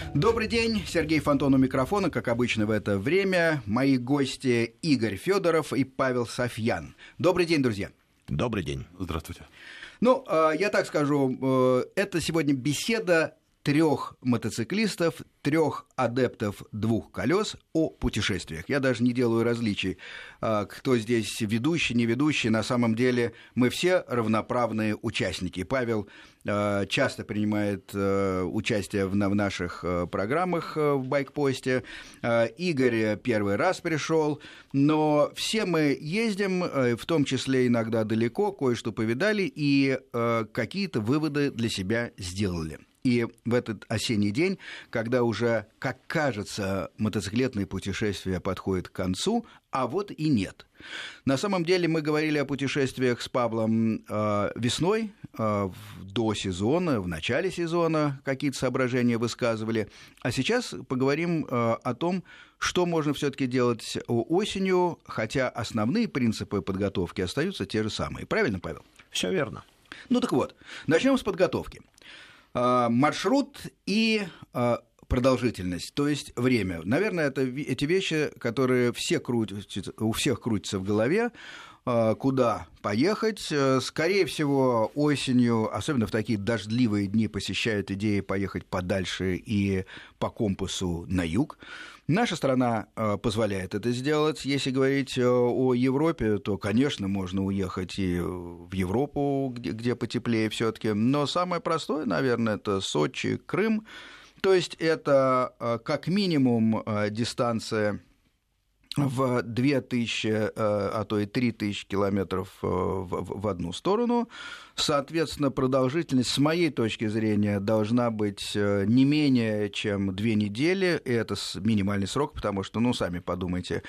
Добрый день, Сергей Фонтон у микрофона, как обычно в это время. Мои гости Игорь Федоров и Павел Софьян. Добрый день, друзья. Добрый день. Здравствуйте. Ну, я так скажу, это сегодня беседа трех мотоциклистов, трех адептов двух колес о путешествиях. Я даже не делаю различий, кто здесь ведущий, не ведущий. На самом деле мы все равноправные участники. Павел часто принимает участие в наших программах в «Байкпосте». Игорь первый раз пришел, но все мы ездим, в том числе иногда далеко, кое-что повидали и какие-то выводы для себя сделали. И в этот осенний день, когда уже, как кажется, мотоциклетные путешествия подходят к концу, а вот и нет. На самом деле мы говорили о путешествиях с Павлом весной, до сезона, в начале сезона какие-то соображения высказывали. А сейчас поговорим о том, что можно все-таки делать осенью, хотя основные принципы подготовки остаются те же самые. Правильно, Павел? Все верно. Ну так вот, начнем с подготовки. Маршрут и продолжительность, то есть время. Наверное, это эти вещи, которые у всех крутятся в голове. Куда поехать. Скорее всего, осенью, особенно в такие дождливые дни, посещают идеи поехать подальше и по компасу на юг. Наша страна позволяет это сделать. Если говорить о Европе, то, конечно, можно уехать и в Европу, где потеплее все-таки. Но самое простое, наверное, это Сочи, Крым. То есть это как минимум дистанция в 2000, а то и 3000 километров в одну сторону. Соответственно, продолжительность, с моей точки зрения, должна быть не менее чем 2 недели. И это минимальный срок, потому что, сами подумайте,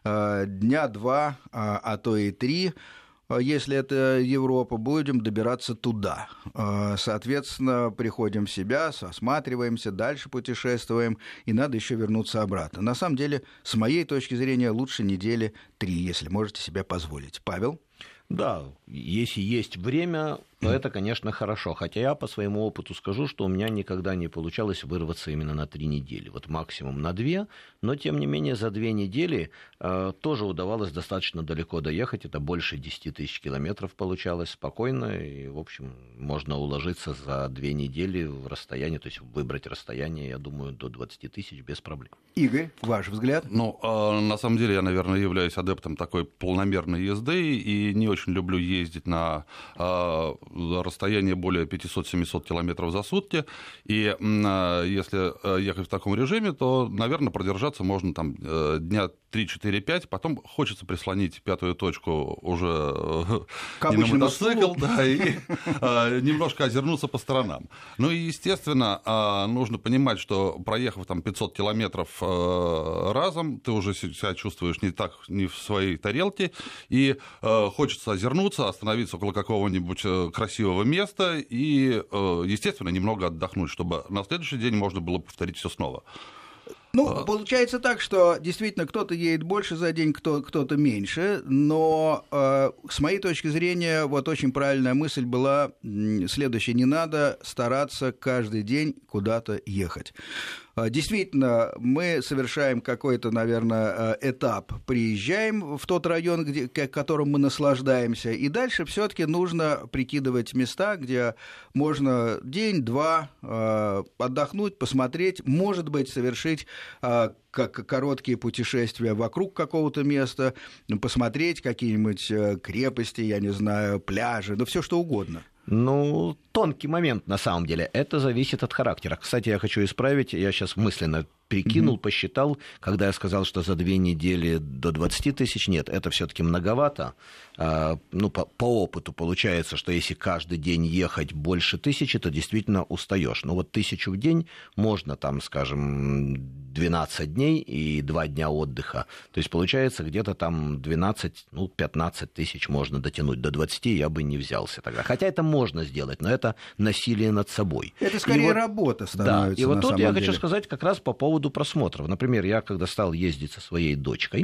дня 2, а то и 3. Если это Европа, будем добираться туда. Соответственно, приходим в себя, осматриваемся, дальше путешествуем, и надо еще вернуться обратно. На самом деле, с моей точки зрения, лучше недели 3, если можете себе позволить. Павел? Да, если есть время, то это, конечно, хорошо. Хотя я по своему опыту скажу, что у меня никогда не получалось вырваться именно на 3 недели. Вот максимум на 2, но, тем не менее, за 2 недели тоже удавалось достаточно далеко доехать. Это больше 10 тысяч километров получалось спокойно. И, в общем, можно уложиться за 2 недели в расстояние, то есть выбрать расстояние, я думаю, до 20 тысяч без проблем. Игорь, ваш взгляд? На самом деле, я, наверное, являюсь адептом такой полномерной езды и не очень люблю ездить на расстояние более 500-700 километров за сутки. И если ехать в таком режиме, то, наверное, продержаться можно там дня 3-4-5, потом хочется прислонить 5-ю точку уже и на мотоцикл, и немножко озернуться по сторонам. Ну и, естественно, нужно понимать, что проехав там 500 километров разом, ты уже себя чувствуешь не в своей тарелке, и хочется озернуться, остановиться около какого-нибудь красивого места и, естественно, немного отдохнуть, чтобы на следующий день можно было повторить все снова. Получается так, что действительно кто-то едет больше за день, кто-то меньше, но с моей точки зрения вот очень правильная мысль была следующая: не надо стараться каждый день куда-то ехать. Действительно, мы совершаем какой-то, наверное, этап, приезжаем в тот район, которым мы наслаждаемся, и дальше все-таки нужно прикидывать места, где можно день-два отдохнуть, посмотреть, может быть, совершить короткие путешествия вокруг какого-то места, посмотреть какие-нибудь крепости, я не знаю, пляжи, все что угодно. Тонкий момент на самом деле. Это зависит от характера. Кстати, я хочу исправить, я сейчас мысленно прикинул, посчитал, когда я сказал, что за 2 недели до 20 тысяч, нет, это все-таки многовато. По опыту получается, что если каждый день ехать больше 1000, то действительно устаешь. Но вот 1000 в день можно, там, скажем, 12 дней и 2 дня отдыха. То есть получается где-то там 12-15 тысяч можно дотянуть. До 20 я бы не взялся тогда. Хотя это можно сделать, но это насилие над собой. Это скорее работа становится. Да, и вот тут я хочу сказать как раз по поводу просмотров. Например, я когда стал ездить со своей дочкой,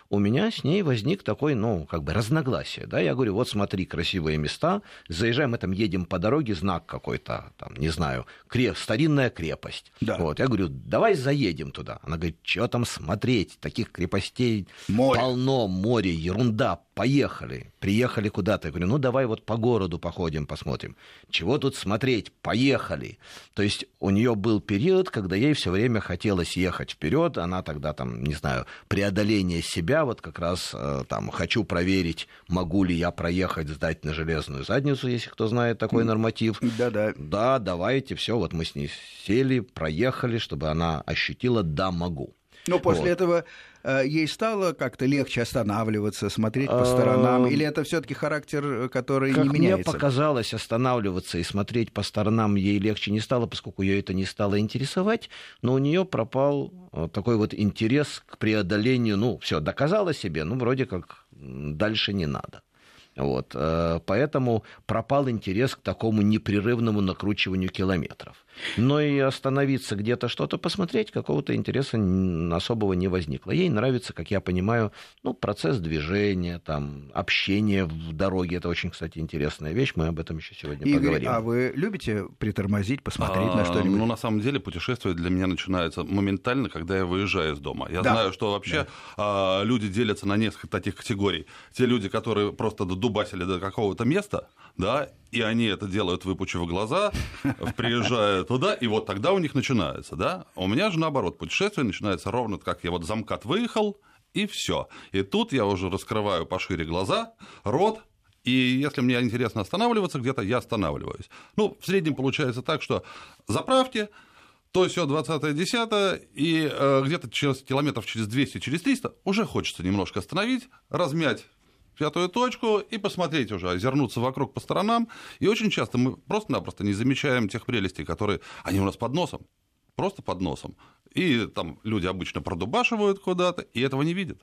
у меня с ней возник такой, разногласие. Да? Я говорю, вот смотри, красивые места, заезжаем, мы там едем по дороге, знак какой-то, там, не знаю, старинная крепость. Да. Вот, я говорю, давай заедем туда. Она говорит, что там смотреть, таких крепостей полно, море, ерунда, поехали. Приехали куда-то. Я говорю, давай вот по городу походим, посмотрим. Чего тут смотреть? Поехали. То есть у нее был период, когда ей все время хотелось ехать вперед. Она тогда там, не знаю, преодоление себя, вот как раз там хочу проверить, могу ли я проехать, сдать на железную задницу, если кто знает такой норматив. Да-да. Да, давайте, все, вот мы с ней сели, проехали, чтобы она ощутила, да, могу. Но после этого ей стало как-то легче останавливаться, смотреть по сторонам? Или это все-таки характер, который не меняется? Как мне показалось, останавливаться и смотреть по сторонам ей легче не стало, поскольку ее это не стало интересовать, но у нее пропал такой вот интерес к преодолению, все, доказала себе, вроде как дальше не надо. Вот, поэтому пропал интерес к такому непрерывному накручиванию километров. Но и остановиться где-то что-то посмотреть, какого-то интереса особого не возникло. Ей нравится, как я понимаю, процесс движения, там, общение в дороге. Это очень, кстати, интересная вещь. Мы об этом еще сегодня поговорим. Игорь, а вы любите притормозить, посмотреть на что-нибудь? На самом деле, путешествие для меня начинается моментально, когда я выезжаю из дома. Я знаю, что вообще люди делятся на несколько таких категорий. Те люди, которые просто додубасили до какого-то места, да, и они это делают, выпучив глаза, приезжая туда, и вот тогда у них начинается, да. У меня же наоборот, путешествие начинается ровно как я вот за МКАД выехал, и все. И тут я уже раскрываю пошире глаза, рот, и если мне интересно останавливаться где-то, я останавливаюсь. В среднем получается так, что заправьте, то все 20-10, и где-то километров через 200, через 300 уже хочется немножко остановить, размять пятую точку и посмотреть уже, озернуться вокруг по сторонам. И очень часто мы просто-напросто не замечаем тех прелестей, которые они у нас под носом, просто под носом. И там люди обычно продубашивают куда-то, и этого не видят.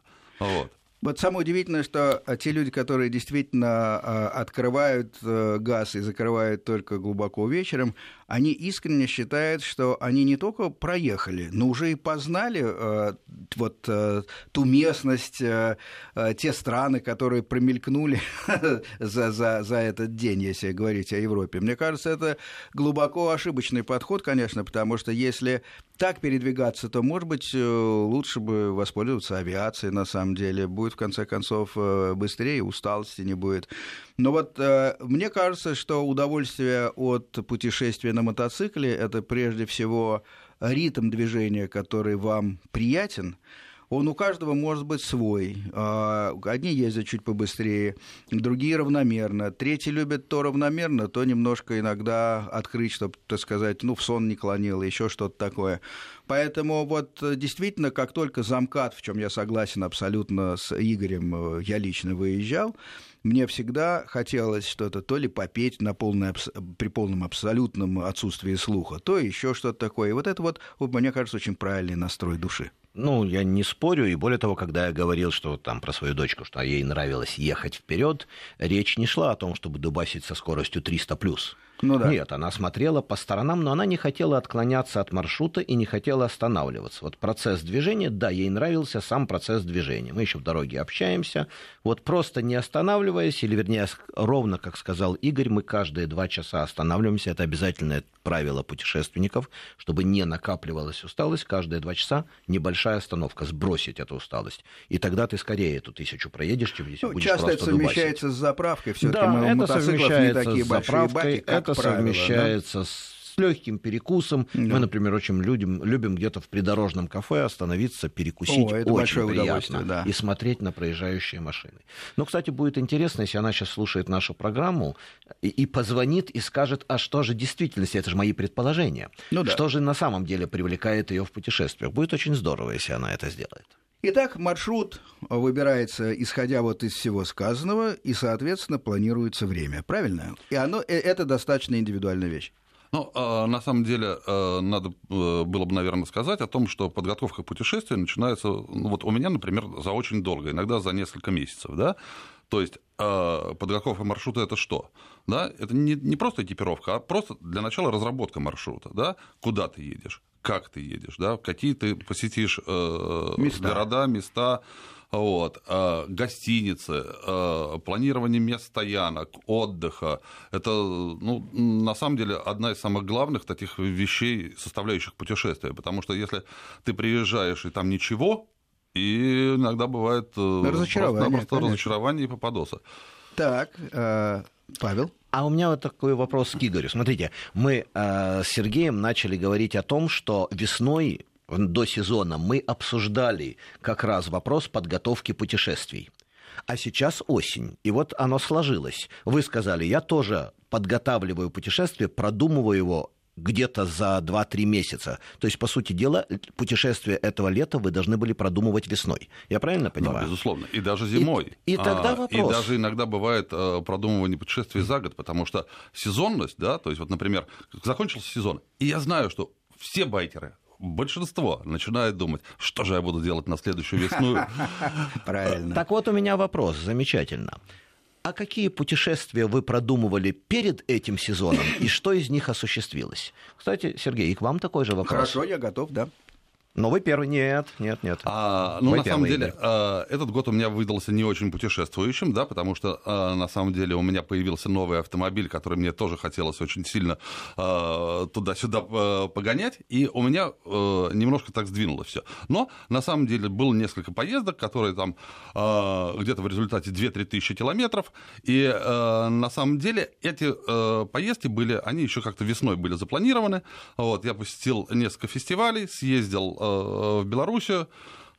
Вот самое удивительное, что те люди, которые действительно открывают газ и закрывают только глубоко вечером, они искренне считают, что они не только проехали, но уже и познали ту местность, те страны, которые промелькнули за этот день, если говорить о Европе. Мне кажется, это глубоко ошибочный подход, конечно, потому что если так передвигаться, то, может быть, лучше бы воспользоваться авиацией, на самом деле. Будет, в конце концов, быстрее, усталости не будет. Но мне кажется, что удовольствие от путешествия на мотоцикле – это прежде всего ритм движения, который вам приятен. Он у каждого может быть свой. Одни ездят чуть побыстрее, другие равномерно. Третьи любят то равномерно, то немножко иногда открыть, чтобы, так сказать, в сон не клонило, еще что-то такое. Поэтому действительно, как только за МКАД, в чем я согласен абсолютно с Игорем, я лично выезжал, мне всегда хотелось что-то то ли попеть при полном абсолютном отсутствии слуха, то еще что-то такое. И это мне кажется, очень правильный настрой души. Я не спорю, и более того, когда я говорил, что там про свою дочку, что ей нравилось ехать вперед, речь не шла о том, чтобы дубасить со скоростью 300+. Да. Нет, она смотрела по сторонам, но она не хотела отклоняться от маршрута и не хотела останавливаться. Процесс движения, да, ей нравился сам процесс движения. Мы еще в дороге общаемся, просто не останавливаясь, или вернее, ровно, как сказал Игорь, мы каждые 2 часа останавливаемся. Это обязательное правило путешественников, чтобы не накапливалась усталость, каждые 2 часа небольшая остановка, сбросить эту усталость. И тогда ты скорее эту 1000 проедешь, чем если будешь часто просто это совмещается дубасить. с заправкой. Все-таки да, это совмещается не такие с большие заправкой, баки, как это правило, совмещается с легким перекусом. Да. Мы, например, очень любим где-то в придорожном кафе остановиться, перекусить. Это очень приятно. Да. И смотреть на проезжающие машины. Кстати, будет интересно, если она сейчас слушает нашу программу и позвонит и скажет, а что же в действительности, это же мои предположения. Что же на самом деле привлекает ее в путешествиях. Будет очень здорово, если она это сделает. Итак, маршрут выбирается, исходя из всего сказанного, и, соответственно, планируется время. Правильно? И это достаточно индивидуальная вещь. На самом деле, надо было бы, наверное, сказать о том, что подготовка к путешествию начинается, у меня, например, за очень долго, иногда за несколько месяцев, да. То есть подготовка маршрута – это что? Да? Это не просто экипировка, а просто для начала разработка маршрута, да? Куда ты едешь, как ты едешь, да? Какие ты посетишь города, места, Вот, гостиницы, планирование мест стоянок, отдыха. Это, ну, на самом деле, одна из самых главных таких вещей, составляющих путешествия. Потому что если ты приезжаешь и там ничего, и иногда бывает просто разочарование и попадоса. Так, Павел? А у меня вот такой вопрос к Игорю. Смотрите, мы с Сергеем начали говорить о том, что весной до сезона мы обсуждали как раз вопрос подготовки путешествий. А сейчас осень, и вот оно сложилось. Вы сказали, я тоже подготавливаю путешествие, продумываю его где-то за 2-3 месяца. То есть, по сути дела, путешествие этого лета вы должны были продумывать весной. Я правильно понимаю? Да, безусловно. И даже зимой. И тогда вопрос. И даже иногда бывает продумывание путешествий за год, потому что сезонность, да, то есть, вот, например, закончился сезон, и я знаю, что все байкеры, большинство начинает думать, что же я буду делать на следующую весну. Правильно. Так вот у меня вопрос, замечательно. А какие путешествия вы продумывали перед этим сезоном, и что из них осуществилось? Кстати, Сергей, и к вам такой же вопрос. Хорошо, я готов, да. Но вы первый. Нет. На самом деле, этот год у меня выдался не очень путешествующим, да, потому что, на самом деле, у меня появился новый автомобиль, который мне тоже хотелось очень сильно туда-сюда погонять, и у меня немножко так сдвинулось все. Но, на самом деле, было несколько поездок, которые там где-то в результате 2-3 тысячи километров, и, на самом деле, эти поездки были, они еще как-то весной были запланированы. Вот, я посетил несколько фестивалей, съездил в Белоруссию,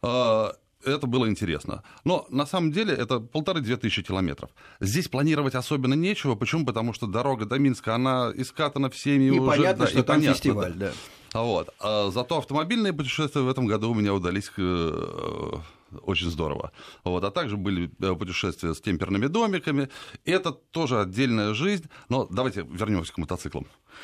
это было интересно. Но на самом деле это 1500-2000 километров. Здесь планировать особенно нечего. Почему? Потому что дорога до Минска, она искатана всеми уже. Понятно, да, что там понятно, фестиваль, да. Вот. Зато автомобильные путешествия в этом году у меня удались очень здорово. Вот. А также были путешествия с кемперными домиками. Это тоже отдельная жизнь. Но давайте вернемся к мотоциклам.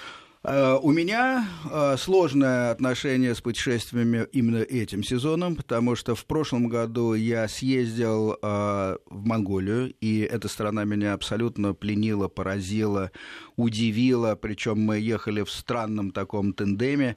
У меня сложное отношение с путешествиями именно этим сезоном, потому что в прошлом году я съездил в Монголию, и эта страна меня абсолютно пленила, поразила, удивила, причем мы ехали в странном таком тандеме.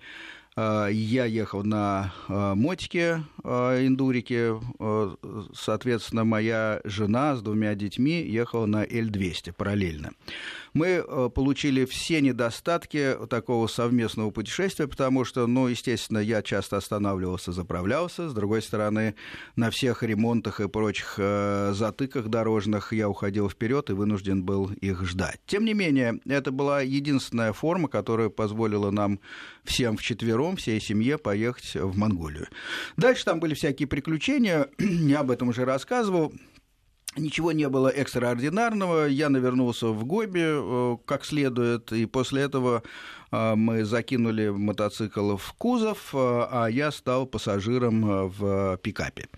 Я ехал на мотике, эндурике, соответственно, моя жена с 2 детьми ехала на L200 параллельно. Мы получили все недостатки такого совместного путешествия, потому что, ну, естественно, я часто останавливался, заправлялся. С другой стороны, на всех ремонтах и прочих затыках дорожных я уходил вперед и вынужден был их ждать. Тем не менее, это была единственная форма, которая позволила нам всем вчетвером, всей семье поехать в Монголию. Дальше там были всякие приключения, я об этом уже рассказывал. Ничего не было экстраординарного, я навернулся в Гоби как следует, и после этого мы закинули мотоцикл в кузов, а я стал пассажиром в пикапе.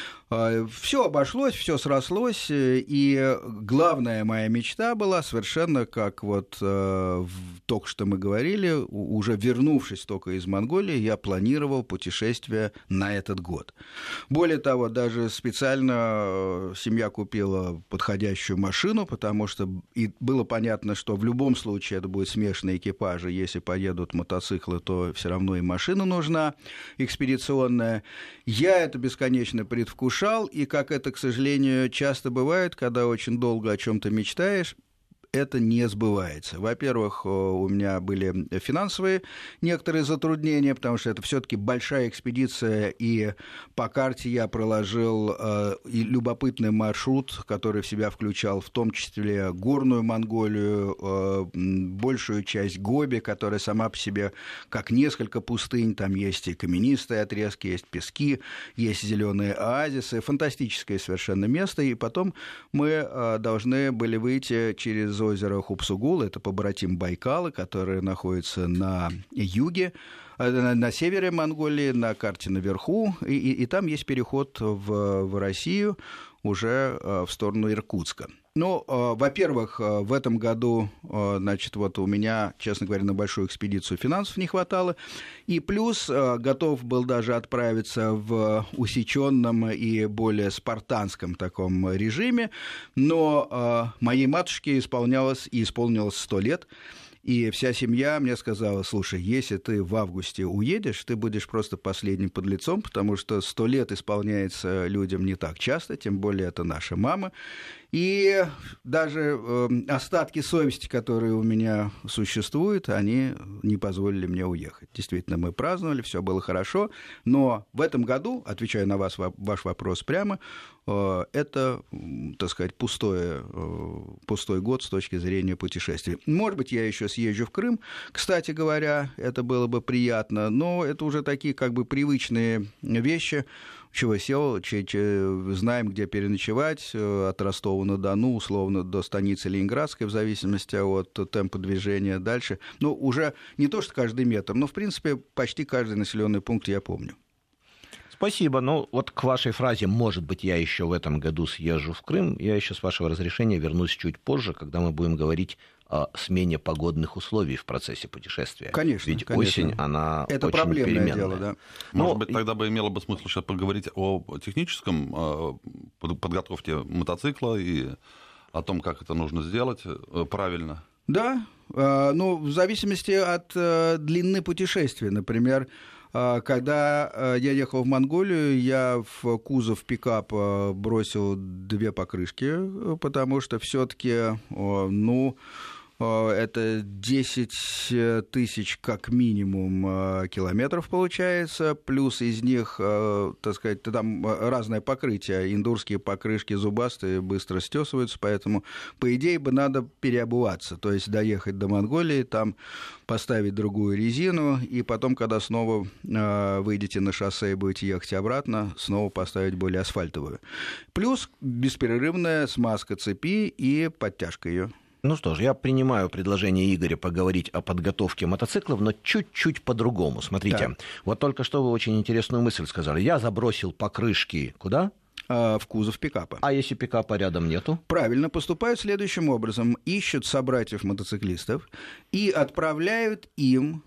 Все обошлось, все срослось, и главная моя мечта была совершенно как вот только что мы говорили, уже вернувшись только из Монголии, я планировал путешествие на этот год. Более того, даже специально семья купила подходящую машину, потому что и было понятно, что в любом случае это будет смешанные экипажи, если поедут мотоциклы, то все равно и машина нужна экспедиционная. Я это бесконечно предвкушал. И, как это, к сожалению, часто бывает, когда очень долго о чем-то мечтаешь, это не сбывается. Во-первых, у меня были финансовые некоторые затруднения, потому что это все-таки большая экспедиция, и по карте я проложил и любопытный маршрут, который в себя включал в том числе горную Монголию, большую часть Гоби, которая сама по себе как несколько пустынь, там есть и каменистые отрезки, есть пески, есть зеленые оазисы, фантастическое совершенно место, и потом мы должны были выйти через озеро Хупсугул, это побратим Байкала, который находится на юге, на севере Монголии, на карте наверху, и там есть переход в Россию уже в сторону Иркутска. Ну, во-первых, в этом году, значит, вот у меня, честно говоря, на большую экспедицию финансов не хватало, и плюс готов был даже отправиться в усеченном и более спартанском таком режиме, но моей матушке исполнилось 100 лет, И вся семья мне сказала: слушай, если ты в августе уедешь, ты будешь просто последним подлецом, потому что 100 лет исполняется людям не так часто, тем более это наша мама. И даже остатки совести, которые у меня существуют, они не позволили мне уехать. Действительно, мы праздновали, все было хорошо, но в этом году, отвечая на ваш вопрос прямо, это, так сказать, пустой год с точки зрения путешествий. Может быть, я еще съезжу в Крым, кстати говоря, это было бы приятно, но это уже такие как бы привычные вещи. Чего сел, знаем, где переночевать, от Ростова-на-Дону, условно, до станицы Ленинградской, в зависимости от темпа движения дальше. Ну, уже не то, что каждый метр, но, в принципе, почти каждый населенный пункт я помню. Спасибо. Ну, вот к вашей фразе «может быть, я еще в этом году съезжу в Крым», я еще, с вашего разрешения, вернусь чуть позже, когда мы будем говорить о смене погодных условий в процессе путешествия. Конечно. Ведь конечно. Осень, она это очень проблемное переменная. Дело, да. Может быть, тогда бы имело бы смысл сейчас поговорить о техническом подготовке мотоцикла и о том, как это нужно сделать правильно. Да, ну, в зависимости от длины путешествия. Например, когда я ехал в Монголию, я в кузов пикапа бросил 2 покрышки, потому что все-таки, ну, это 10 тысяч как минимум километров получается, плюс из них, так сказать, там разное покрытие, индурские покрышки зубастые быстро стесываются, поэтому, по идее, бы надо переобуваться, то есть доехать до Монголии, там поставить другую резину, и потом, когда снова выйдете на шоссе и будете ехать обратно, снова поставить более асфальтовую. Плюс беспрерывная смазка цепи и подтяжка ее. Ну что ж, я принимаю предложение Игоря поговорить о подготовке мотоциклов, но чуть-чуть по-другому. Смотрите, вот только что вы очень интересную мысль сказали. Я забросил покрышки куда? В кузов пикапа. А если пикапа рядом нету? Правильно, поступают следующим образом. Ищут собратьев-мотоциклистов и отправляют им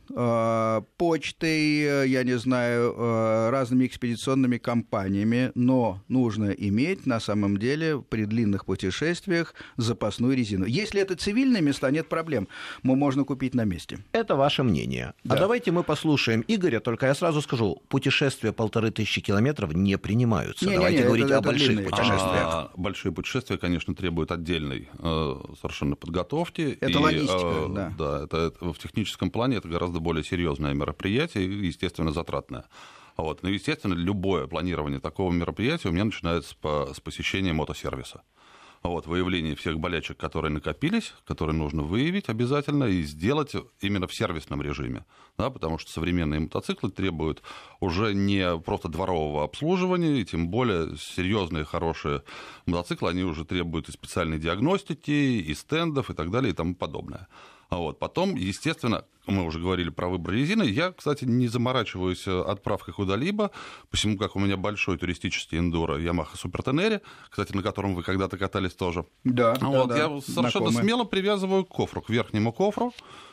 почтой, я не знаю, разными экспедиционными компаниями, но нужно иметь на самом деле при длинных путешествиях запасную резину. Если это цивильные места, нет проблем, можно купить на месте. Это ваше мнение. Да. А давайте мы послушаем Игоря, только я сразу скажу, путешествия 1500 километров не принимаются. Давайте говорить о больших путешествиях. Большие путешествия, конечно, требуют отдельной совершенно подготовки. Это логистика, да. Да, это в техническом плане это гораздо более серьезное мероприятие и, естественно, затратное. Вот. Ну, естественно, любое планирование такого мероприятия у меня начинается с посещения мотосервиса. Вот, выявление всех болячек, которые накопились, которые нужно выявить обязательно и сделать именно в сервисном режиме, да, потому что современные мотоциклы требуют уже не просто дворового обслуживания, и тем более серьезные, хорошие мотоциклы, они уже требуют и специальной диагностики, и стендов, и так далее, и тому подобное. Вот. Потом, естественно, мы уже говорили про выбор резины. Я, кстати, не заморачиваюсь отправкой куда-либо, посему как у меня большой туристический эндуро Yamaha Super Tenere, кстати, на котором вы когда-то катались тоже. Да, вот, да, я совершенно смело привязываю к кофру, к верхнему кофру,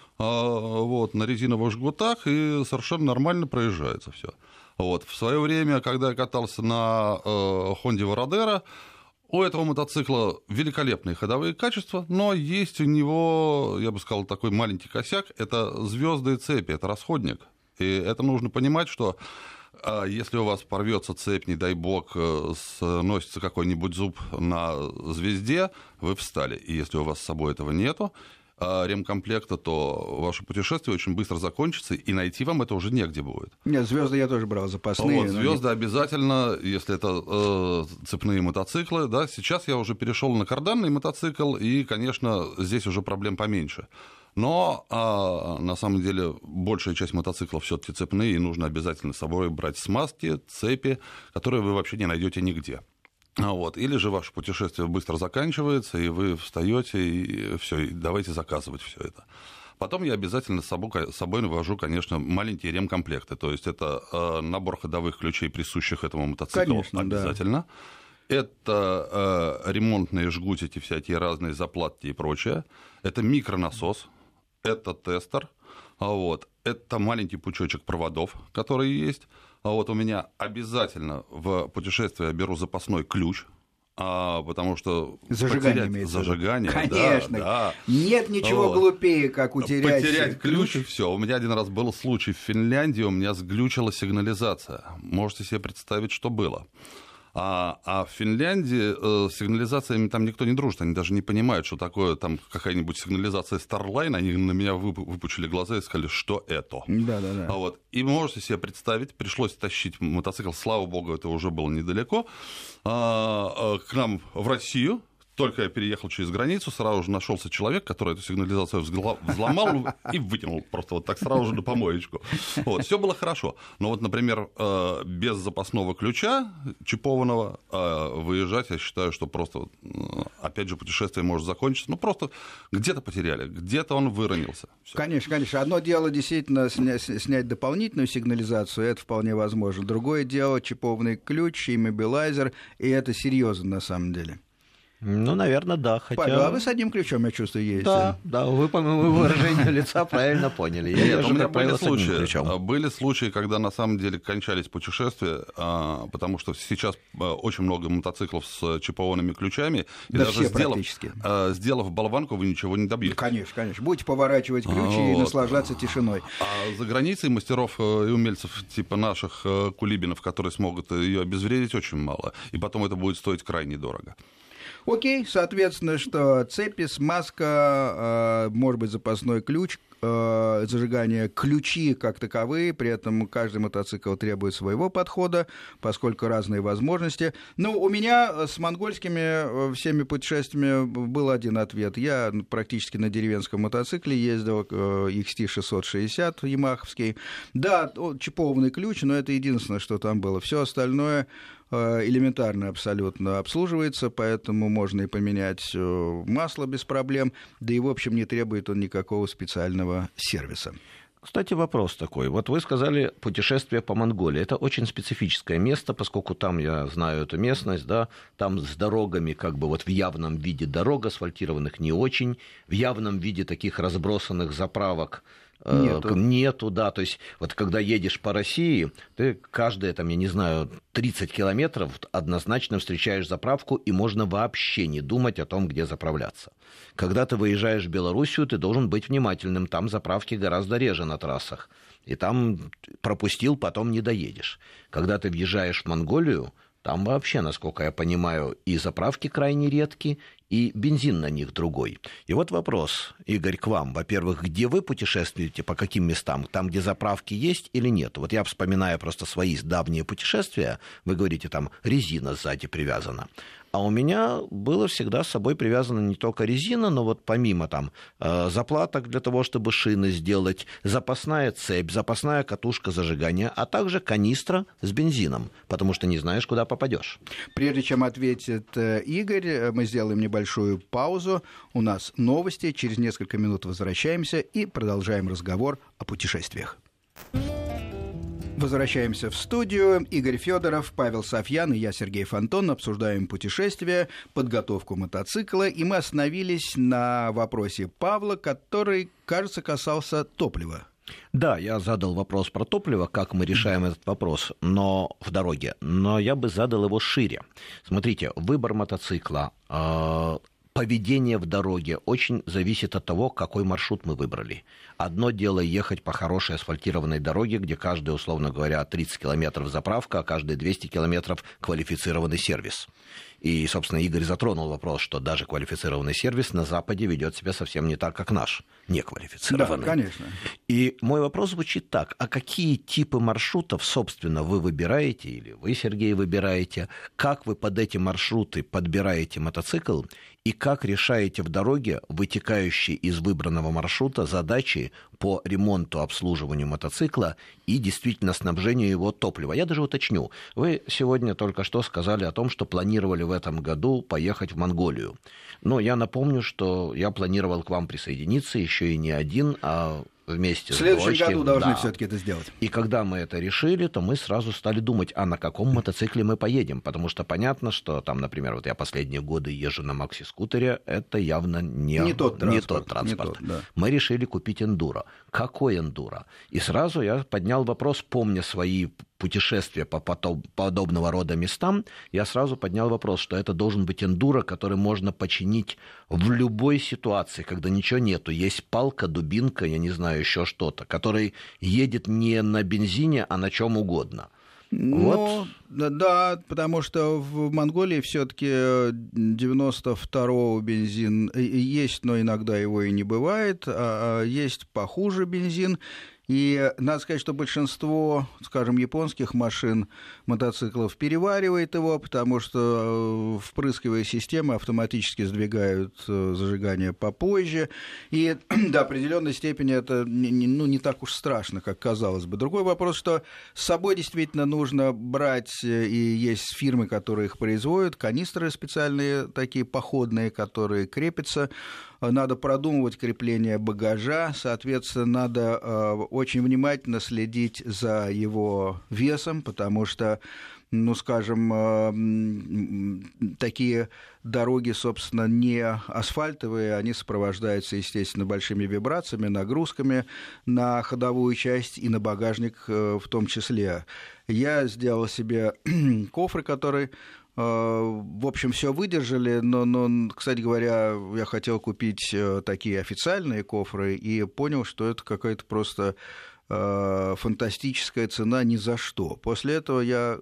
вот, на резиновых жгутах, и совершенно нормально проезжается все. Вот. В свое время, когда я катался на Honda Varadero, у этого мотоцикла великолепные ходовые качества, но есть у него, я бы сказал, такой маленький косяк, это звезды и цепи, это расходник. И это нужно понимать, что если у вас порвется цепь, не дай бог, сносится какой-нибудь зуб на звезде, вы встали. И если у вас с собой этого нету, ремкомплекта, то ваше путешествие очень быстро закончится, и найти вам это уже негде будет. Нет, звезды я тоже брал запасные. Вот, звезды обязательно, если это цепные мотоциклы. Да, сейчас я уже перешел на карданный мотоцикл, и, конечно, здесь уже проблем поменьше. Но на самом деле большая часть мотоциклов все-таки цепные, и нужно обязательно с собой брать смазки, цепи, которые вы вообще не найдете нигде. Вот. Или же ваше путешествие быстро заканчивается, и вы встаете, и все, и давайте заказывать все это. Потом я обязательно с собой навожу, конечно, маленькие ремкомплекты. То есть это набор ходовых ключей, присущих этому мотоциклу, конечно, обязательно. Да. Это ремонтные жгутики, всякие разные заплатки и прочее. Это микронасос, это тестер. Вот. Это маленький пучочек проводов, которые есть. А вот у меня обязательно в путешествие я беру запасной ключ потому что зажигание, конечно. Да. Нет ничего глупее, как потерять ключ, и все. У меня один раз был случай в Финляндии, у меня сглючила сигнализация. Можете себе представить, что было. А в Финляндии с сигнализациями там никто не дружит, они даже не понимают, что такое там какая-нибудь сигнализация Starline, они на меня выпучили глаза и сказали, что это. Да. Вот. И можете себе представить, пришлось тащить мотоцикл, слава богу, это уже было недалеко, к нам в Россию. Только я переехал через границу, сразу же нашелся человек, который эту сигнализацию взломал и выкинул просто вот так сразу же на помоечку. Вот, все было хорошо. Но вот, например, без запасного ключа чипованного выезжать, я считаю, что просто, опять же, путешествие может закончиться. Ну, просто где-то потеряли, где-то он выронился. Всё. Конечно. Одно дело действительно снять дополнительную сигнализацию, это вполне возможно. Другое дело чипованный ключ, иммобилайзер, и это серьезно на самом деле. Ну, наверное, да. Хотя... Павел, а вы с одним ключом, я чувствую, ездите. Да, вы, по-моему, выражение лица правильно поняли. Нет, у меня были случаи, когда на самом деле кончались путешествия, потому что сейчас очень много мотоциклов с чипованными ключами, и даже сделав болванку, вы ничего не добьетесь. Конечно. Будете поворачивать ключи и наслаждаться тишиной. А за границей мастеров и умельцев типа наших кулибинов, которые смогут ее обезвредить, очень мало. И потом это будет стоить крайне дорого. Окей, соответственно, что цепи, смазка, может быть, запасной ключ, зажигание, ключи как таковые, при этом каждый мотоцикл требует своего подхода, поскольку разные возможности. Ну, у меня с монгольскими всеми путешествиями был один ответ. Я практически на деревенском мотоцикле ездил, XT660 ямаховский. Да, чипованный ключ, но это единственное, что там было. Все остальное элементарно абсолютно обслуживается, поэтому можно и поменять масло без проблем, да и, в общем, не требует он никакого специального сервиса. Кстати, вопрос такой. Вот вы сказали путешествие по Монголии. Это очень специфическое место, поскольку там, я знаю эту местность, да, там с дорогами как бы вот в явном виде дорог, асфальтированных не очень, в явном виде таких разбросанных заправок нету, да, то есть вот когда едешь по России, ты каждые, там, я не знаю, 30 километров однозначно встречаешь заправку, и можно вообще не думать о том, где заправляться. Когда ты выезжаешь в Белоруссию, ты должен быть внимательным, там заправки гораздо реже на трассах, и там пропустил, потом не доедешь. Когда ты въезжаешь в Монголию, там вообще, насколько я понимаю, и заправки крайне редки, и бензин на них другой. И вот вопрос, Игорь, к вам. Во-первых, где вы путешествуете, по каким местам? Там, где заправки есть или нет? Вот я вспоминаю просто свои давние путешествия. Вы говорите, там резина сзади привязана. А у меня было всегда с собой привязана не только резина, но вот помимо там заплаток для того, чтобы шины сделать, запасная цепь, запасная катушка зажигания, а также канистра с бензином, потому что не знаешь, куда попадешь. Прежде чем ответит Игорь, мы сделаем небольшую паузу. У нас новости. Через несколько минут возвращаемся и продолжаем разговор о путешествиях. Возвращаемся в студию. Игорь Федоров, Павел Софьян и я, Сергей Фонтон, обсуждаем путешествия, подготовку мотоцикла, и мы остановились на вопросе Павла, который, кажется, касался топлива. Да, я задал вопрос про топливо, как мы решаем этот вопрос, но в дороге. Но я бы задал его шире. Смотрите, выбор мотоцикла, поведение в дороге очень зависит от того, какой маршрут мы выбрали. Одно дело ехать по хорошей асфальтированной дороге, где каждые, условно говоря, 30 километров заправка, а каждые 200 километров квалифицированный сервис. И, собственно, Игорь затронул вопрос, что даже квалифицированный сервис на Западе ведет себя совсем не так, как наш, неквалифицированный. Да, конечно. И мой вопрос звучит так. А какие типы маршрутов, собственно, вы выбираете, или вы, Сергей, выбираете? Как вы под эти маршруты подбираете мотоцикл? И как решаете в дороге, вытекающие из выбранного маршрута, задачи по ремонту, обслуживанию мотоцикла и действительно снабжению его топлива? Я даже уточню. Вы сегодня только что сказали о том, что планировали в этом году поехать в Монголию. Но я напомню, что я планировал к вам присоединиться еще и не один, а вместе с дочкой. В следующем году должны все-таки это сделать. И когда мы это решили, то мы сразу стали думать, а на каком мотоцикле мы поедем. Потому что понятно, что там, например, вот я последние годы езжу на макси-скутере, это явно не тот транспорт. Да. Мы решили купить эндуро. Какой эндуро? И сразу я поднял вопрос, помня свои путешествия по подобного рода местам, я сразу поднял вопрос, что это должен быть эндуро, который можно починить в любой ситуации, когда ничего нету. Есть палка, дубинка, я не знаю, еще что-то, который едет не на бензине, а на чем угодно. Ну, да, потому что в Монголии все-таки 92-го бензин есть, но иногда его и не бывает, а есть похуже бензин. И надо сказать, что большинство, скажем, японских машин, мотоциклов переваривает его, потому что впрысковые системы автоматически сдвигают зажигание попозже. И до определенной степени это не так уж страшно, как казалось бы. Другой вопрос, что с собой действительно нужно брать, и есть фирмы, которые их производят, канистры специальные, такие походные, которые крепятся. Надо продумывать крепление багажа, соответственно, надо очень внимательно следить за его весом, потому что, ну, скажем, такие дороги, собственно, не асфальтовые, они сопровождаются, естественно, большими вибрациями, нагрузками на ходовую часть и на багажник в том числе. Я сделал себе кофры, которые... В общем, все выдержали, но, кстати говоря, я хотел купить такие официальные кофры и понял, что это какая-то просто фантастическая цена ни за что. После этого я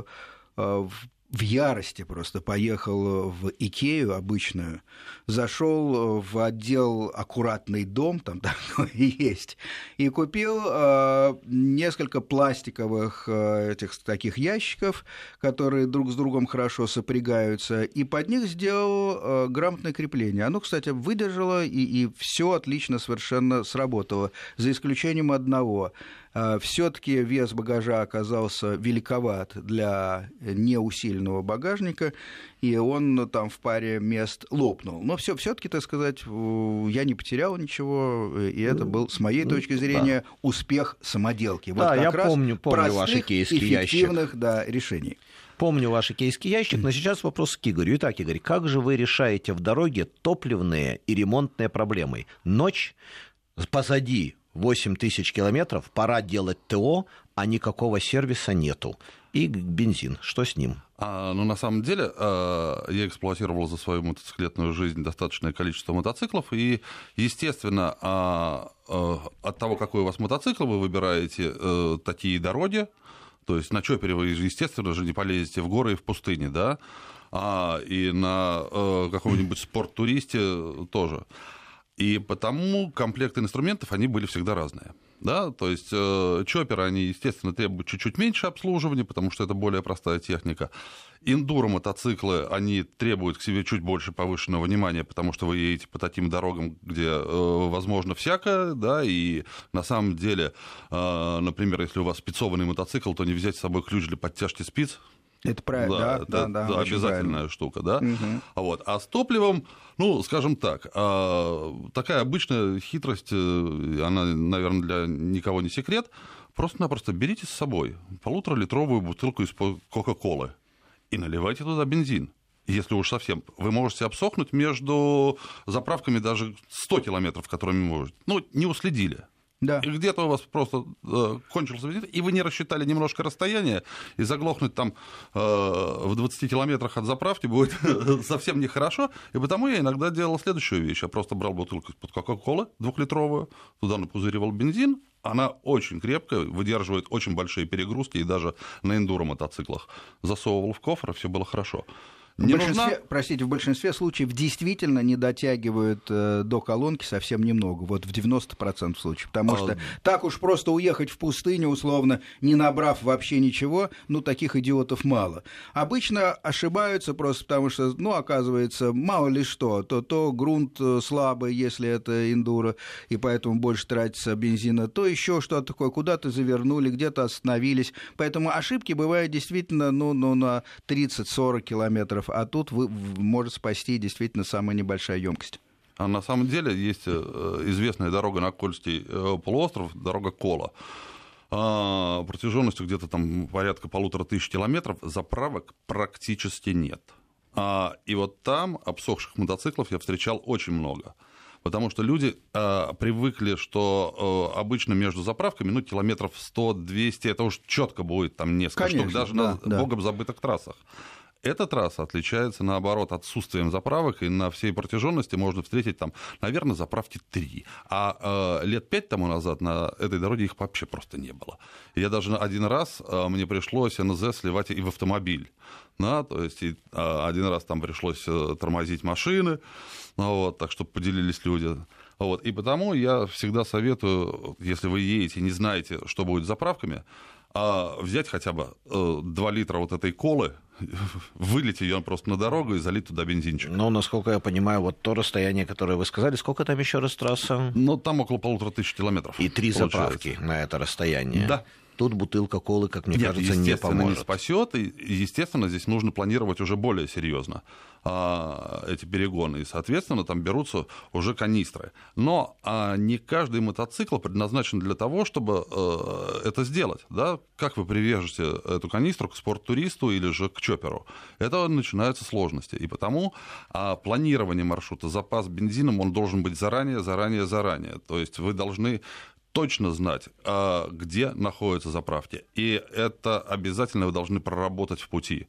в ярости просто поехал в Икею обычную, зашел в отдел «Аккуратный дом», там такое есть, и купил несколько пластиковых этих таких ящиков, которые друг с другом хорошо сопрягаются, и под них сделал грамотное крепление. Оно, кстати, выдержало, и все отлично совершенно сработало, за исключением одного. Все-таки вес багажа оказался великоват для неусиленного багажника, и он там в паре мест лопнул. Но все-таки, так сказать, я не потерял ничего, и это был, с моей точки зрения, успех самоделки. Да, вот я как помню ваш икейский эффективных решений. Помню ваш икейский ящик, но сейчас вопрос к Игорю. Итак, Игорь, как же вы решаете в дороге топливные и ремонтные проблемы? Ночь, позади 8 тысяч километров, пора делать ТО, а никакого сервиса нету. И бензин, что с ним? На самом деле, я эксплуатировал за свою мотоциклетную жизнь достаточное количество мотоциклов, и, естественно, от того, какой у вас мотоцикл, вы выбираете такие дороги, то есть на чоппере вы, естественно же, не полезете в горы и в пустыне, да, и на каком-нибудь спорт-туристе тоже. И потому комплекты инструментов, они были всегда разные. Да? То есть чопперы, они, естественно, требуют чуть-чуть меньше обслуживания, потому что это более простая техника. Эндуро-мотоциклы, они требуют к себе чуть больше повышенного внимания, потому что вы едете по таким дорогам, где возможно всякое, да, и на самом деле, например, если у вас спицованный мотоцикл, то не взять с собой ключ для подтяжки спиц. Это правильно, да, обязательная штука, да. Вот. А с топливом, ну, скажем так, такая обычная хитрость, она, наверное, для никого не секрет, просто-напросто берите с собой 1,5-литровую бутылку из-под Кока-Колы и наливайте туда бензин. Если уж совсем, вы можете обсохнуть между заправками даже 100 километров, которыми можете. Ну, не уследили. Да. И где-то у вас просто кончился бензин, и вы не рассчитали немножко расстояние, и заглохнуть там в 20 километрах от заправки будет совсем нехорошо. И потому я иногда делал следующую вещь. Я просто брал бутылку из-под Кока-Колы 2-литровую, туда напузыривал бензин, она очень крепкая, выдерживает очень большие перегрузки, и даже на эндуро-мотоциклах засовывал в кофр, и все было хорошо. В большинстве случаев действительно не дотягивают до колонки совсем немного, вот в 90% случаев, потому что так уж просто уехать в пустыню, условно, не набрав вообще ничего, ну, таких идиотов мало. Обычно ошибаются просто потому что, ну, оказывается, мало ли что, то грунт слабый, если это эндуро, и поэтому больше тратится бензина, то еще что-то такое, куда-то завернули, где-то остановились, поэтому ошибки бывают действительно, ну на 30-40 километров, а тут может спасти действительно самая небольшая емкость. А на самом деле есть известная дорога на Кольский полуостров, дорога Кола. Протяженностью где-то там порядка 1500 километров, заправок практически нет. И вот там обсохших мотоциклов я встречал очень много. Потому что люди привыкли, что обычно между заправками, километров 100-200, это уж четко будет там несколько штук, даже на богом забытых трассах. Эта трасса отличается, наоборот, отсутствием заправок, и на всей протяженности можно встретить там, наверное, заправки 3. А лет 5 тому назад на этой дороге их вообще просто не было. И я даже один раз, мне пришлось НЗ сливать и в автомобиль. Да, то есть один раз там пришлось тормозить машины, так что поделились люди. И потому я всегда советую, если вы едете и не знаете, что будет с заправками, взять хотя бы 2 литра вот этой колы, вылить ее просто на дорогу и залить туда бензинчик. Насколько я понимаю, вот то расстояние, которое вы сказали, сколько там еще раз трасса? Там около 1500 километров. И 3 заправки на это расстояние. Да. Тут бутылка колы, как мне кажется, не поможет. Не спасет, и, естественно, здесь нужно планировать уже более серьезно эти перегоны, и, соответственно, там берутся уже канистры. Но не каждый мотоцикл предназначен для того, чтобы это сделать. Да? Как вы привяжете эту канистру к спорттуристу или же к чопперу? Это начинаются сложности, и потому планирование маршрута, запас бензином, он должен быть заранее. То есть вы должны точно знать, где находятся заправки. И это обязательно вы должны проработать в пути.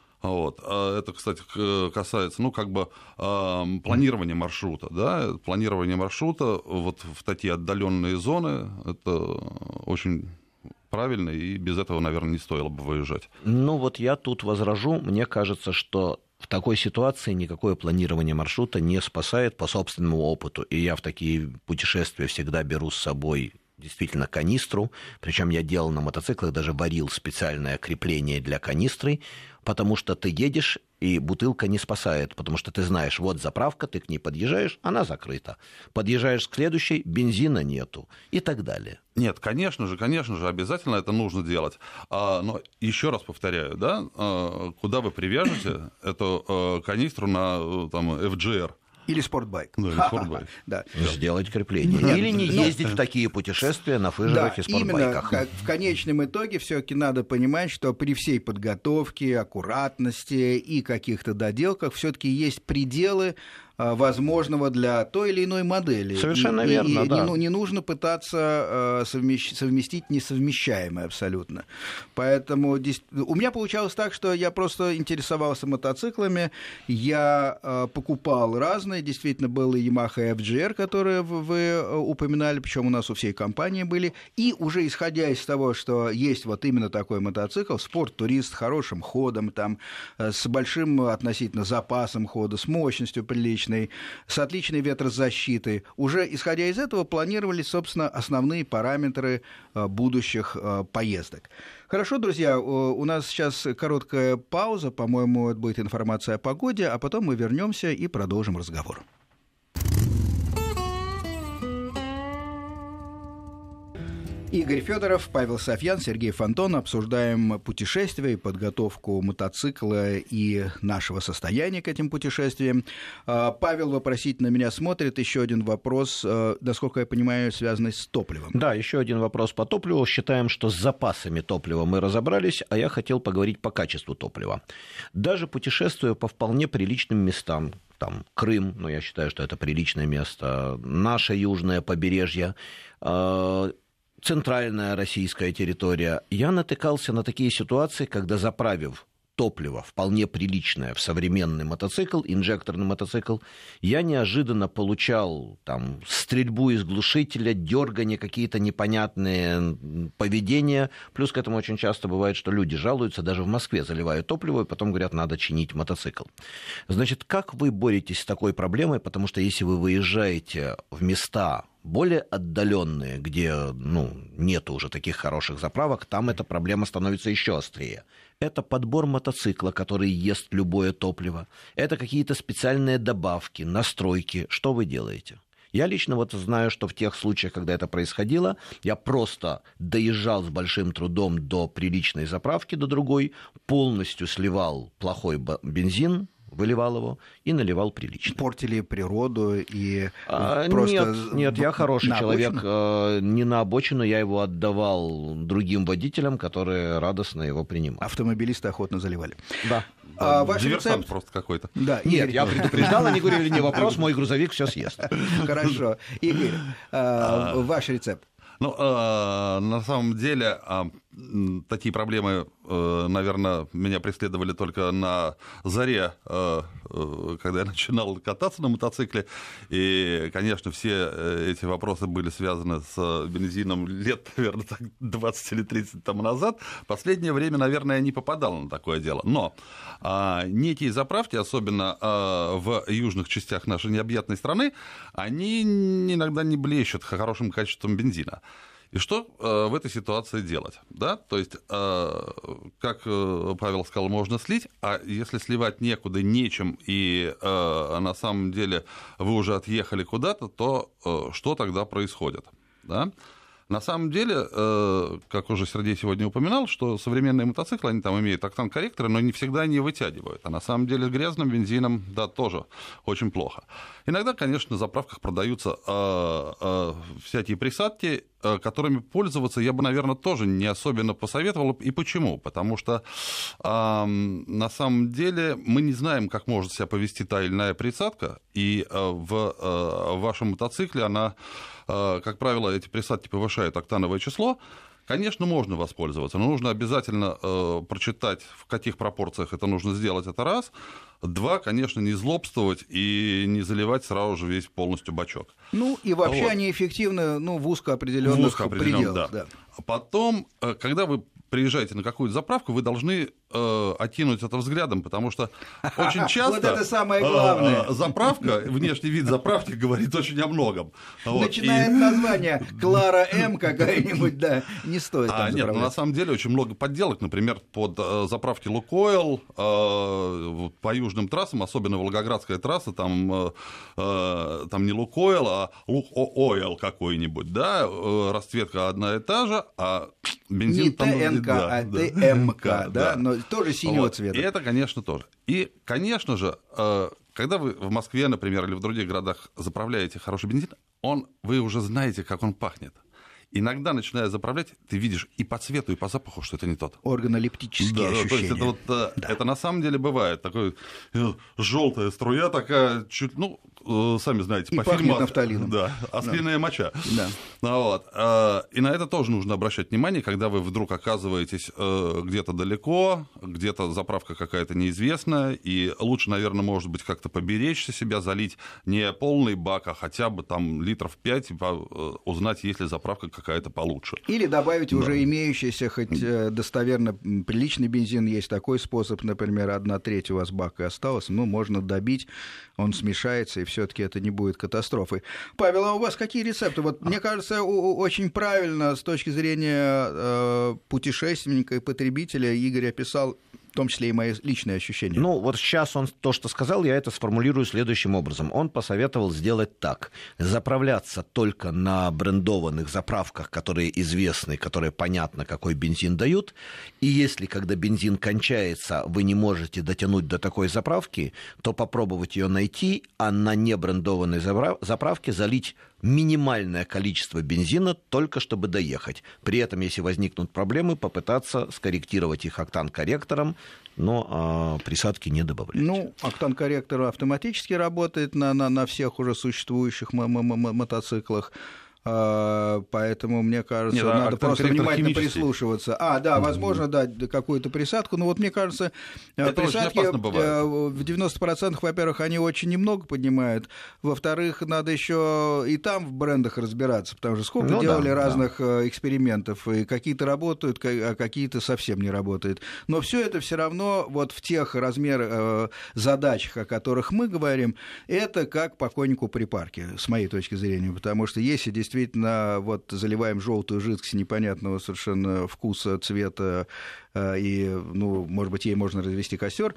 Это, кстати, касается, планирования маршрута. Да? Планирование маршрута вот в такие отдаленные зоны, это очень правильно, и без этого, наверное, не стоило бы выезжать. Я тут возражу. Мне кажется, что в такой ситуации никакое планирование маршрута не спасает по собственному опыту. И я в такие путешествия всегда беру с собой действительно канистру. Причем я делал на мотоциклах, даже варил специальное крепление для канистры, потому что ты едешь, и бутылка не спасает, потому что ты знаешь, вот заправка, ты к ней подъезжаешь, она закрыта. Подъезжаешь к следующей, бензина нету и так далее. Нет, конечно же, обязательно это нужно делать. Но еще раз повторяю, да, куда вы привяжете эту канистру на FGR? Или спортбайк. Да, или спортбайк. Да. Сделать крепление. Или не ездить в такие путешествия на фыжерах и спортбайках. Именно в конечном итоге все-таки надо понимать, что при всей подготовке, аккуратности и каких-то доделках все-таки есть пределы возможного для той или иной модели. Совершенно верно, да. Не нужно пытаться совместить несовмещаемое абсолютно. Поэтому у меня получалось так, что я просто интересовался мотоциклами, я покупал разные, действительно, был и Yamaha FGR, которые вы упоминали, причем у нас у всей компании были, и уже исходя из того, что есть вот именно такой мотоцикл, спорт-турист с хорошим ходом, там, с большим относительно запасом хода, с мощностью приличной, с отличной ветрозащитой. Уже исходя из этого планировались, собственно, основные параметры будущих поездок. Хорошо, друзья, у нас сейчас короткая пауза, по-моему, это будет информация о погоде, а потом мы вернемся и продолжим разговор. Игорь Федоров, Павел Софьян, Сергей Фонтон. Обсуждаем путешествия и подготовку мотоцикла и нашего состояния к этим путешествиям. Павел вопросительно на меня смотрит. Еще один вопрос, насколько я понимаю, связанный с топливом. Да, еще один вопрос по топливу. Считаем, что с запасами топлива мы разобрались, а я хотел поговорить по качеству топлива. Даже путешествуя по вполне приличным местам, там Крым, но я считаю, что это приличное место, наше южное побережье, центральная российская территория, я натыкался на такие ситуации, когда, заправив топливо вполне приличное в современный мотоцикл, инжекторный мотоцикл, я неожиданно получал там стрельбу из глушителя, дергание, какие-то непонятные поведения. Плюс к этому очень часто бывает, что люди жалуются, даже в Москве заливают топливо, и потом говорят, надо чинить мотоцикл. Значит, как вы боретесь с такой проблемой? Потому что если вы выезжаете в места более отдаленные, где нет уже таких хороших заправок, там эта проблема становится еще острее. Это подбор мотоцикла, который ест любое топливо. Это какие-то специальные добавки, настройки. Что вы делаете? Я лично знаю, что в тех случаях, когда это происходило, я просто доезжал с большим трудом до приличной заправки, до другой, полностью сливал плохой бензин, выливал его и наливал прилично. Портили природу и просто... Нет, я хороший человек. Обочину? Не на обочину, я его отдавал другим водителям, которые радостно его принимали. Автомобилисты охотно заливали. Да. Ваш Диверсант рецепт? просто какой-то. Да, Нет, Игорь. я предупреждал, они говорили, не вопрос, мой грузовик все съест. Хорошо. Игорь, ваш рецепт. Ну, на самом деле, такие проблемы, наверное, меня преследовали только на заре, когда я начинал кататься на мотоцикле. И, конечно, все эти вопросы были связаны с бензином лет, наверное, 20 или 30 тому назад. В последнее время, наверное, я не попадал на такое дело. Но некие заправки, особенно в южных частях нашей необъятной страны, они иногда не блещут хорошим качеством бензина. И что в этой ситуации делать? Да? То есть, как Павел сказал, можно слить, а если сливать некуда, нечем, и на самом деле вы уже отъехали куда-то, то что тогда происходит? Да? На самом деле, как уже Сергей сегодня упоминал, что современные мотоциклы, они там имеют октан-корректоры, но не всегда они вытягивают. А на самом деле с грязным бензином, да, тоже очень плохо. Иногда, конечно, на заправках продаются всякие присадки, которыми пользоваться я бы, наверное, тоже не особенно посоветовал. И почему? Потому что на самом деле мы не знаем, как может себя повести та или иная присадка, и в вашем мотоцикле она, как правило, эти присадки повышают октановое число. Конечно, можно воспользоваться, но нужно обязательно прочитать, в каких пропорциях это нужно сделать, это раз. Два, конечно, не злобствовать и не заливать сразу же весь полностью бачок. Ну, и вообще вот. Они эффективны, в узкоопределенных пределах. Да. Потом, когда вы приезжаете на какую-то заправку, вы должны окинуть это взглядом, потому что очень часто вот это самое главное. Заправка, внешний вид заправки говорит очень о многом. Начиная от названия Клара М какая-нибудь, да, не стоит там Нет, на самом деле очень много подделок, например, под заправки Лукойл по южным трассам, особенно Волгоградская трасса, там не Лукойл, а Лукойл какой-нибудь, да, расцветка одна и та же, а бензин не там... ТНК, а ТМК, да, но тоже синего цвета. И это, конечно, тоже. И, конечно же, когда вы в Москве, например, или в других городах заправляете хороший бензин, вы уже знаете, как он пахнет. Иногда, начиная заправлять, ты видишь и по цвету, и по запаху, что это не тот. Органолептические ощущения. То есть это на самом деле бывает. Такой желтая струя такая, чуть, сами знаете, и по пахнет фильму. нафталином. Да, ослиная моча. Да. И на это тоже нужно обращать внимание, когда вы вдруг оказываетесь где-то далеко, где-то заправка какая-то неизвестная, и лучше, наверное, может быть, как-то поберечься себя, залить не полный бак, а хотя бы там литров 5, узнать, есть ли заправка какая-то получше. Или добавить уже имеющийся, хоть достоверно приличный бензин, есть такой способ, например, 1/3 у вас бака осталось, можно добить, он смешается, и все-таки это не будет катастрофой. Павел, а у вас какие рецепты? Вот мне кажется, очень правильно с точки зрения путешественника и потребителя Игорь описал, в том числе и мои личные ощущения. Вот сейчас он то, что сказал, я это сформулирую следующим образом. Он посоветовал сделать так. Заправляться только на брендованных заправках, которые известны, которые понятно, какой бензин дают. И если, когда бензин кончается, вы не можете дотянуть до такой заправки, то попробовать ее найти, а на небрендованной заправке залить минимальное количество бензина, только чтобы доехать. При этом, если возникнут проблемы, попытаться скорректировать их октан-корректором, но присадки не добавлять. Октан-корректор автоматически работает на всех уже существующих мотоциклах. Поэтому, мне кажется, надо просто внимательно прислушиваться. Возможно, какую-то присадку. Но мне кажется, это присадки в 90%, во-первых, они очень немного поднимают. Во-вторых, надо еще и там в брендах разбираться, потому что сколько делали разных экспериментов. И какие-то работают, а какие-то совсем не работают. Но все это все равно в тех размерах задачах, о которых мы говорим, это как покойнику при парке, с моей точки зрения. Потому что если действительно заливаем желтую жидкость непонятного совершенно вкуса, цвета, и, может быть, ей можно развести костер,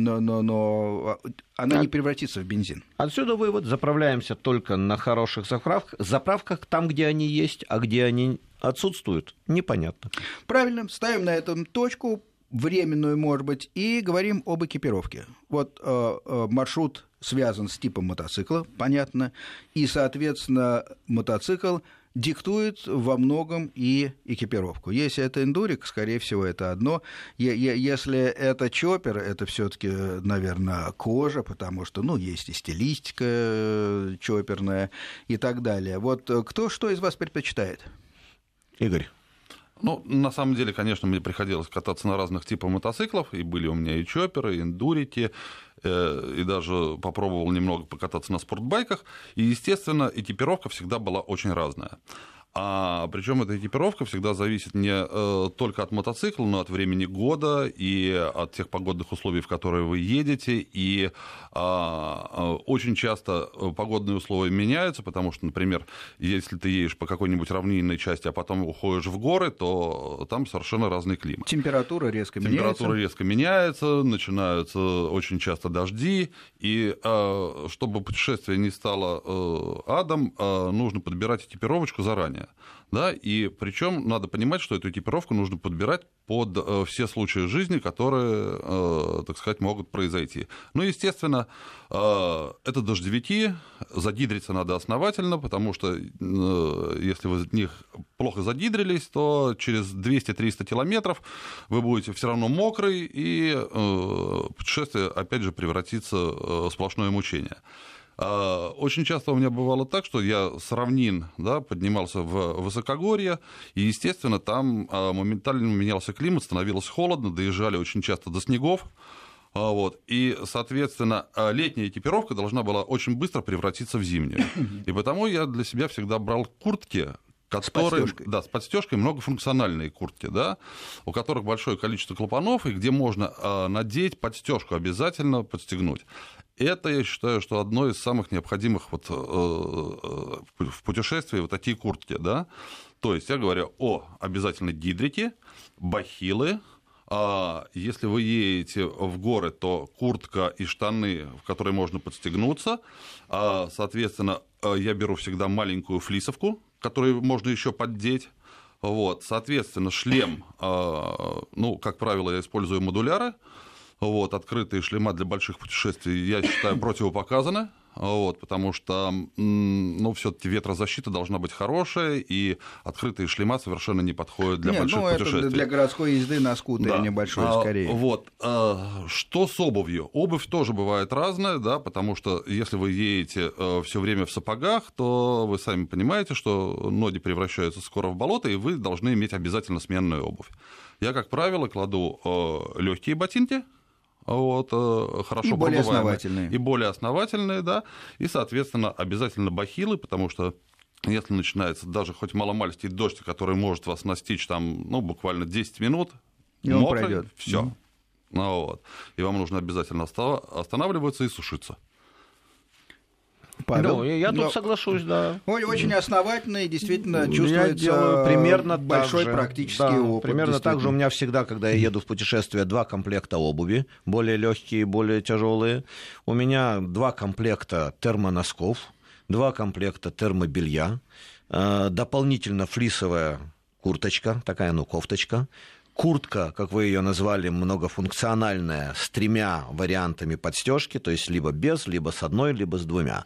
но она не превратится в бензин. Отсюда вывод: заправляемся только на хороших заправках, там, где они есть, а где они отсутствуют, непонятно. Правильно, ставим на этом точку. временную, может быть, и говорим об экипировке. Вот маршрут связан с типом мотоцикла, понятно, и, соответственно, мотоцикл диктует во многом и экипировку. Если это эндурик, скорее всего, это одно. Если это чоппер, это все-таки, наверное, кожа, потому что, есть и стилистика чопперная и так далее. Вот кто что из вас предпочитает? Игорь. На самом деле, конечно, мне приходилось кататься на разных типах мотоциклов, и были у меня и чопперы, и эндурики, и даже попробовал немного покататься на спортбайках, и, естественно, экипировка всегда была очень разная. Причем эта экипировка всегда зависит не только от мотоцикла, но и от времени года и от тех погодных условий, в которые вы едете. И очень часто погодные условия меняются, потому что, например, если ты едешь по какой-нибудь равнинной части, а потом уходишь в горы, то там совершенно разный климат. Температура резко меняется, начинаются очень часто дожди. И чтобы путешествие не стало адом, нужно подбирать экипировочку заранее. Да, и причем надо понимать, что эту экипировку нужно подбирать под все случаи жизни, которые, так сказать, могут произойти. Естественно, это дождевики, задидриться надо основательно, потому что если вы в них плохо задидрились, то через 200-300 километров вы будете все равно мокрый, и путешествие, опять же, превратится в сплошное мучение. Очень часто у меня бывало так, что я с равнин поднимался в высокогорье, и, естественно, там моментально менялся климат, становилось холодно, доезжали очень часто до снегов. И, соответственно, летняя экипировка должна была очень быстро превратиться в зимнюю. И потому я для себя всегда брал куртки, которые, с подстежкой, многофункциональные куртки, у которых большое количество клапанов, и где можно надеть подстежку, обязательно подстегнуть. Это, я считаю, что одно из самых необходимых в путешествии такие куртки. То есть я говорю о обязательно гидрике, бахилы. Если вы едете в горы, то куртка и штаны, в которые можно подстегнуться. Соответственно, я беру всегда маленькую флисовку, которую можно еще поддеть. Соответственно, шлем, как правило, я использую модуляры. Открытые шлема для больших путешествий, я считаю, противопоказаны, потому что все-таки ветрозащита должна быть хорошая, и открытые шлема совершенно не подходят для больших путешествий. Это для городской езды на скутере небольшой скорее. Что с обувью? Обувь тоже бывает разная, потому что если вы едете все время в сапогах, то вы сами понимаете, что ноги превращаются скоро в болото, и вы должны иметь обязательно сменную обувь. Я, как правило, кладу легкие ботинки, хорошо и более основательные. И более основательные, и, соответственно, обязательно бахилы, потому что если начинается даже хоть маломальский дождь, который может вас настичь буквально 10 минут, и он пройдет. Все. И вам нужно обязательно останавливаться и сушиться. Павел? Я тут соглашусь, Очень основательно, и действительно чувствуется примерно большой практический опыт. Примерно так же у меня всегда, когда я еду в путешествие, 2 комплекта обуви, более легкие, более тяжелые. У меня 2 комплекта термоносков, 2 комплекта термобелья, дополнительно флисовая курточка, такая, кофточка. Куртка, как вы ее назвали, многофункциональная, с 3 вариантами подстежки, то есть либо без, либо с 1, либо с 2.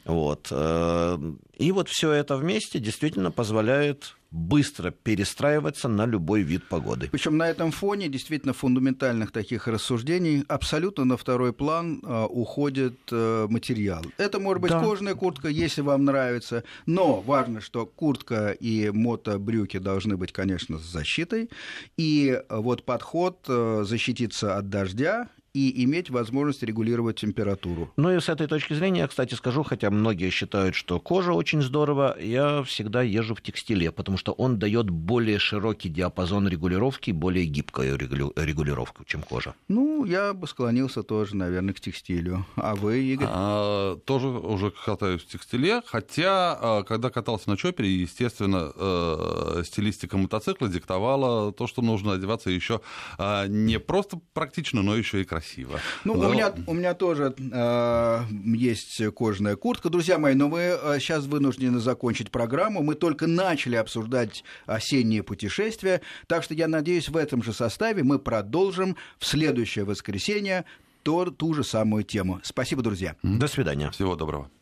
И все это вместе действительно позволяет быстро перестраиваться на любой вид погоды. Причем на этом фоне действительно фундаментальных таких рассуждений абсолютно на второй план уходит материал. Это может быть кожаная куртка, если вам нравится, но важно, что куртка и мотобрюки должны быть, конечно, с защитой, и подход защититься от дождя и иметь возможность регулировать температуру. И с этой точки зрения, я, кстати, скажу, хотя многие считают, что кожа очень здорово, я всегда езжу в текстиле, потому что он дает более широкий диапазон регулировки, более гибкую регулировку, чем кожа. Я бы склонился тоже, наверное, к текстилю. А вы, Игорь? Тоже уже катаюсь в текстиле, хотя, когда катался на чоппере, естественно, стилистика мотоцикла диктовала то, что нужно одеваться еще не просто практично, но еще и красиво. красиво. Ну, у меня тоже есть кожаная куртка. Друзья мои, но мы сейчас вынуждены закончить программу. Мы только начали обсуждать осенние путешествия. Так что я надеюсь, в этом же составе мы продолжим в следующее воскресенье ту же самую тему. Спасибо, друзья. До свидания. Всего доброго.